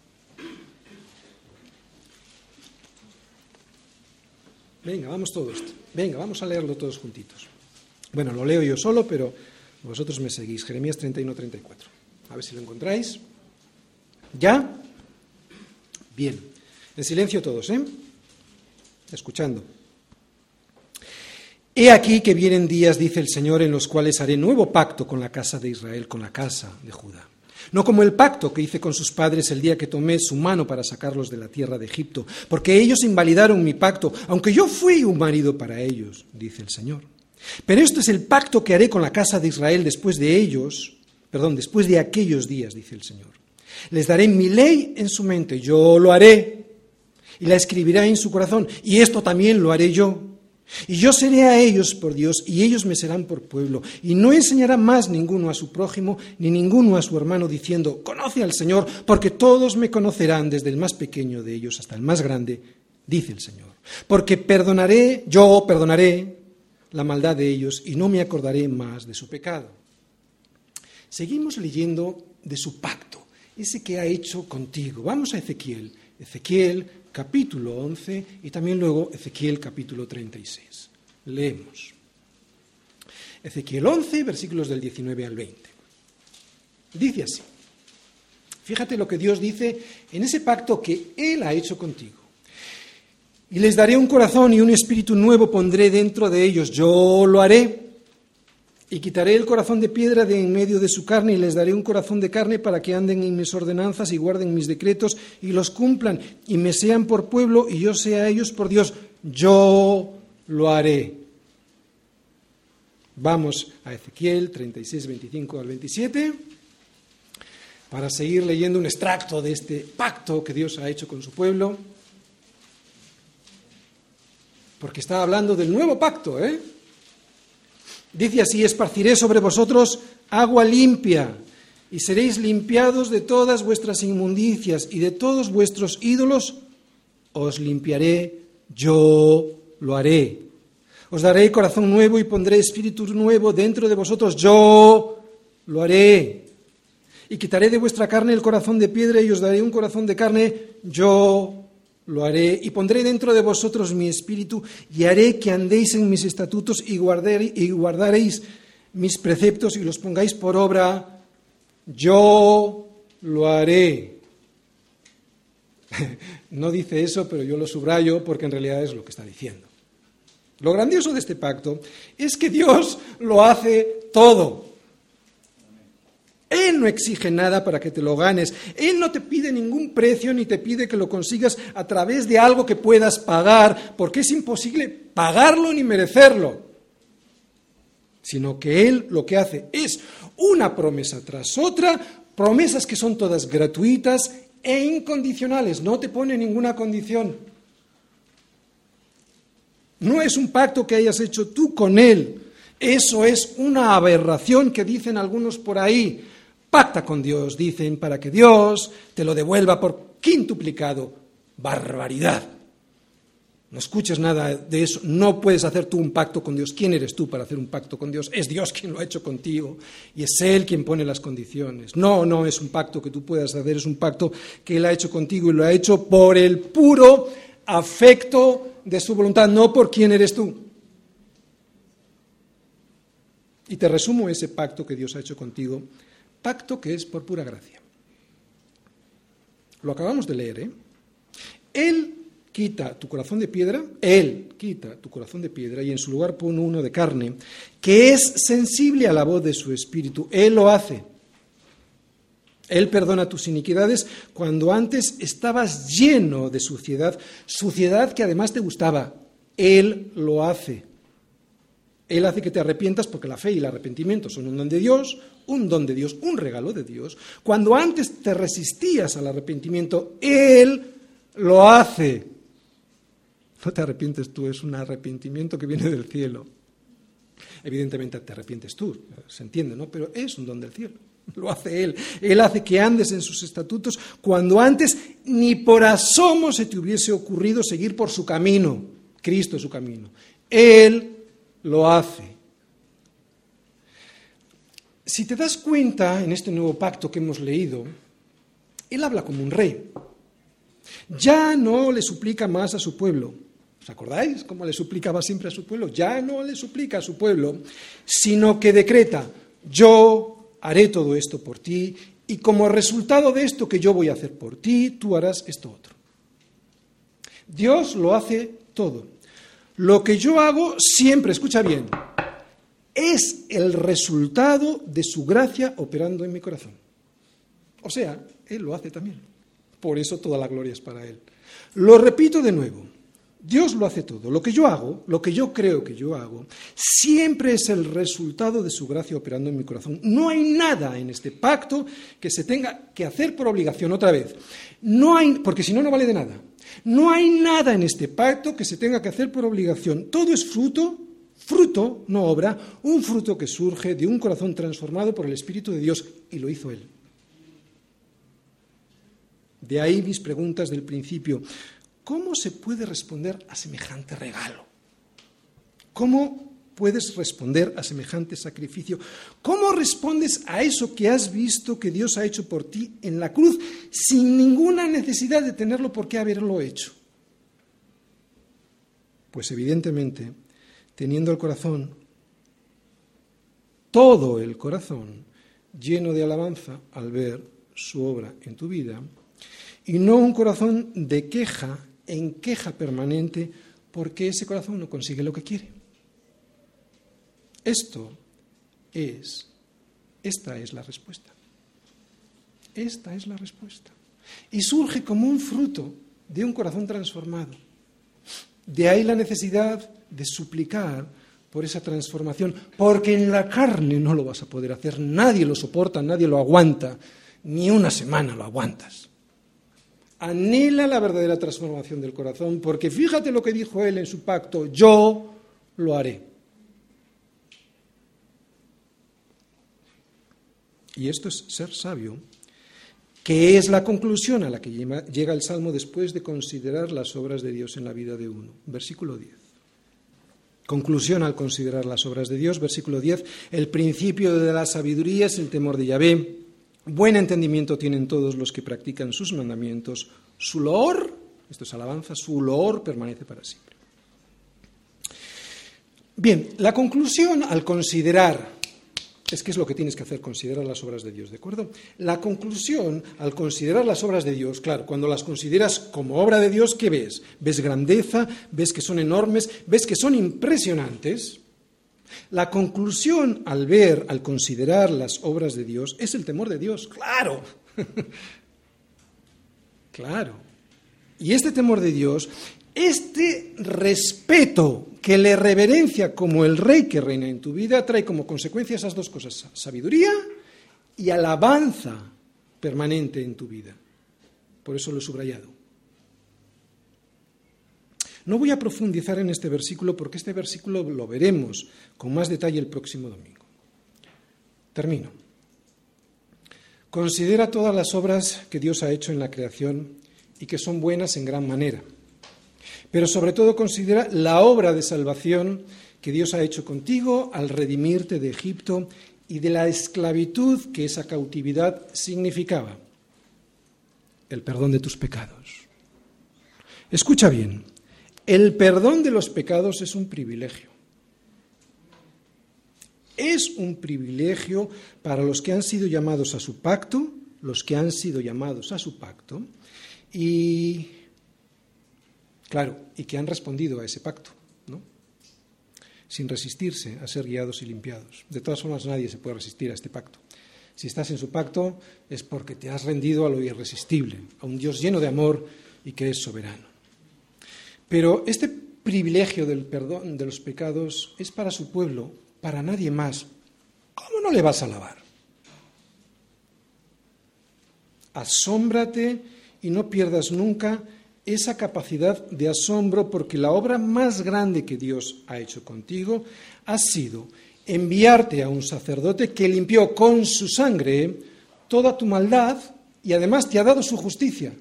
Venga, vamos todos. Venga, vamos a leerlo todos juntitos. Bueno, lo leo yo solo, pero vosotros me seguís. Jeremías treinta y uno, treinta y cuatro. A ver si lo encontráis. ¿Ya? Bien. En silencio todos, ¿eh? Escuchando. He aquí que vienen días, dice el Señor, en los cuales haré nuevo pacto con la casa de Israel, con la casa de Judá. No como el pacto que hice con sus padres el día que tomé su mano para sacarlos de la tierra de Egipto, porque ellos invalidaron mi pacto, aunque yo fui un marido para ellos, dice el Señor. Pero esto es el pacto que haré con la casa de Israel después de ellos, perdón, después de aquellos días, dice el Señor. Les daré mi ley en su mente, yo lo haré, y la escribiré en su corazón, y esto también lo haré yo. Y yo seré a ellos por Dios, y ellos me serán por pueblo, y no enseñará más ninguno a su prójimo, ni ninguno a su hermano, diciendo, conoce al Señor, porque todos me conocerán, desde el más pequeño de ellos hasta el más grande, dice el Señor. Porque perdonaré, yo perdonaré la maldad de ellos, y no me acordaré más de su pecado. Seguimos leyendo de su pacto, ese que ha hecho contigo. Vamos a Ezequiel, Ezequiel capítulo once y también luego Ezequiel capítulo treinta y seis. Leemos. Ezequiel once, versículos del diecinueve al veinte. Dice así. Fíjate lo que Dios dice en ese pacto que Él ha hecho contigo. Y les daré un corazón y un espíritu nuevo pondré dentro de ellos. Yo lo haré. Y quitaré el corazón de piedra de en medio de su carne y les daré un corazón de carne para que anden en mis ordenanzas y guarden mis decretos y los cumplan y me sean por pueblo y yo sea a ellos por Dios. Yo lo haré. Vamos a Ezequiel treinta y seis, veinticinco al veintisiete para seguir leyendo un extracto de este pacto que Dios ha hecho con su pueblo. Porque está hablando del nuevo pacto, ¿eh? Dice así, esparciré sobre vosotros agua limpia, y seréis limpiados de todas vuestras inmundicias, y de todos vuestros ídolos os limpiaré, yo lo haré. Os daré corazón nuevo y pondré espíritu nuevo dentro de vosotros, yo lo haré. Y quitaré de vuestra carne el corazón de piedra y os daré un corazón de carne, yo lo haré, y pondré dentro de vosotros mi espíritu, y haré que andéis en mis estatutos y, guardare, y guardaréis mis preceptos y los pongáis por obra. Yo lo haré. No dice eso, pero yo lo subrayo porque en realidad es lo que está diciendo. Lo grandioso de este pacto es que Dios lo hace todo. Él no exige nada para que te lo ganes. Él no te pide ningún precio ni te pide que lo consigas a través de algo que puedas pagar, porque es imposible pagarlo ni merecerlo. Sino que Él lo que hace es una promesa tras otra, promesas que son todas gratuitas e incondicionales. No te pone ninguna condición. No es un pacto que hayas hecho tú con Él. Eso es una aberración que dicen algunos por ahí. Pacta con Dios, dicen, para que Dios te lo devuelva por quintuplicado. Barbaridad. No escuches nada de eso. No puedes hacer tú un pacto con Dios. ¿Quién eres tú para hacer un pacto con Dios? Es Dios quien lo ha hecho contigo y es Él quien pone las condiciones. No, no es un pacto que tú puedas hacer, es un pacto que Él ha hecho contigo y lo ha hecho por el puro afecto de su voluntad, no por quién eres tú. Y te resumo ese pacto que Dios ha hecho contigo. Pacto que es por pura gracia. Lo acabamos de leer, ¿eh? Él quita tu corazón de piedra, Él quita tu corazón de piedra y en su lugar pone uno de carne, que es sensible a la voz de su espíritu. Él lo hace. Él perdona tus iniquidades cuando antes estabas lleno de suciedad, suciedad que además te gustaba. Él lo hace. Él hace que te arrepientas porque la fe y el arrepentimiento son un don de Dios, un don de Dios, un regalo de Dios. Cuando antes te resistías al arrepentimiento, Él lo hace. No te arrepientes tú, es un arrepentimiento que viene del cielo. Evidentemente te arrepientes tú, se entiende, ¿no? Pero es un don del cielo. Lo hace Él. Él hace que andes en sus estatutos cuando antes ni por asomo se te hubiese ocurrido seguir por su camino. Cristo es su camino. Él lo hace. Si te das cuenta, en este nuevo pacto que hemos leído, Él habla como un rey. Ya no le suplica más a su pueblo. ¿Os acordáis cómo le suplicaba siempre a su pueblo? Ya no le suplica a su pueblo, sino que decreta, yo haré todo esto por ti, y como resultado de esto que yo voy a hacer por ti, tú harás esto otro. Dios lo hace todo. Lo que yo hago siempre, escucha bien, es el resultado de su gracia operando en mi corazón. O sea, Él lo hace también. Por eso toda la gloria es para Él. Lo repito de nuevo. Dios lo hace todo. Lo que yo hago, lo que yo creo que yo hago, siempre es el resultado de su gracia operando en mi corazón. No hay nada en este pacto que se tenga que hacer por obligación. Otra vez, no hay, porque si no, no vale de nada. No hay nada en este pacto que se tenga que hacer por obligación. Todo es fruto, fruto, no obra, un fruto que surge de un corazón transformado por el Espíritu de Dios, y lo hizo Él. De ahí mis preguntas del principio. ¿Cómo se puede responder a semejante regalo? ¿Cómo puedes responder a semejante sacrificio? ¿Cómo respondes a eso que has visto que Dios ha hecho por ti en la cruz sin ninguna necesidad de tenerlo por qué haberlo hecho? Pues evidentemente, teniendo el corazón, todo el corazón, lleno de alabanza al ver su obra en tu vida, y no un corazón de queja, en queja permanente, porque ese corazón no consigue lo que quiere. Esto es, esta es la respuesta. Esta es la respuesta. Y surge como un fruto de un corazón transformado. De ahí la necesidad de suplicar por esa transformación, porque en la carne no lo vas a poder hacer, nadie lo soporta, nadie lo aguanta, ni una semana lo aguantas. Anhela la verdadera transformación del corazón, porque fíjate lo que dijo Él en su pacto, yo lo haré. Y esto es ser sabio, que es la conclusión a la que llega el Salmo después de considerar las obras de Dios en la vida de uno. Versículo diez. Conclusión al considerar las obras de Dios, versículo diez. El principio de la sabiduría es el temor de Yahvé. Buen entendimiento tienen todos los que practican sus mandamientos. Su loor, esto es alabanza, su loor permanece para siempre. Bien, la conclusión al considerar, es que es lo que tienes que hacer, considerar las obras de Dios, ¿de acuerdo? La conclusión al considerar las obras de Dios, claro, cuando las consideras como obra de Dios, ¿qué ves? Ves grandeza, ves que son enormes, ves que son impresionantes. La conclusión al ver, al considerar las obras de Dios, es el temor de Dios, claro. Claro. Y este temor de Dios, este respeto que le reverencia como el rey que reina en tu vida, trae como consecuencia esas dos cosas, sabiduría y alabanza permanente en tu vida. Por eso lo he subrayado. No voy a profundizar en este versículo porque este versículo lo veremos con más detalle el próximo domingo. Termino. Considera todas las obras que Dios ha hecho en la creación y que son buenas en gran manera. Pero sobre todo considera la obra de salvación que Dios ha hecho contigo al redimirte de Egipto y de la esclavitud que esa cautividad significaba. El perdón de tus pecados. Escucha bien. El perdón de los pecados es un privilegio. Es un privilegio para los que han sido llamados a su pacto, los que han sido llamados a su pacto, y, claro, y que han respondido a ese pacto, ¿no? Sin resistirse a ser guiados y limpiados. De todas formas, nadie se puede resistir a este pacto. Si estás en su pacto es porque te has rendido a lo irresistible, a un Dios lleno de amor y que es soberano. Pero este privilegio del perdón de los pecados es para su pueblo, para nadie más. ¿Cómo no le vas a alabar? Asómbrate y no pierdas nunca esa capacidad de asombro, porque la obra más grande que Dios ha hecho contigo ha sido enviarte a un sacerdote que limpió con su sangre toda tu maldad y además te ha dado su justicia.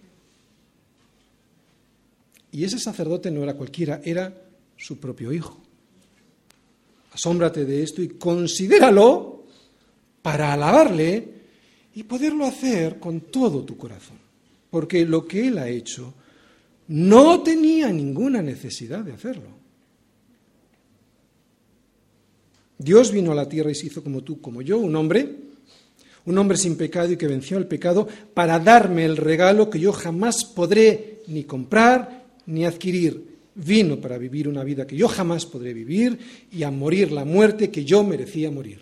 Y ese sacerdote no era cualquiera, era su propio hijo. Asómbrate de esto y considéralo para alabarle y poderlo hacer con todo tu corazón. Porque lo que él ha hecho no tenía ninguna necesidad de hacerlo. Dios vino a la tierra y se hizo como tú, como yo, un hombre, un hombre sin pecado y que venció el pecado, para darme el regalo que yo jamás podré ni comprar ni adquirir, vino para vivir una vida que yo jamás podré vivir y a morir la muerte que yo merecía morir.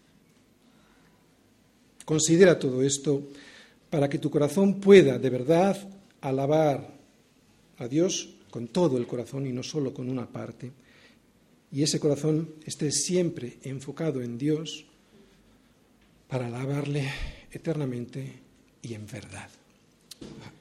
Considera todo esto para que tu corazón pueda de verdad alabar a Dios con todo el corazón y no solo con una parte. Y ese corazón esté siempre enfocado en Dios para alabarle eternamente y en verdad.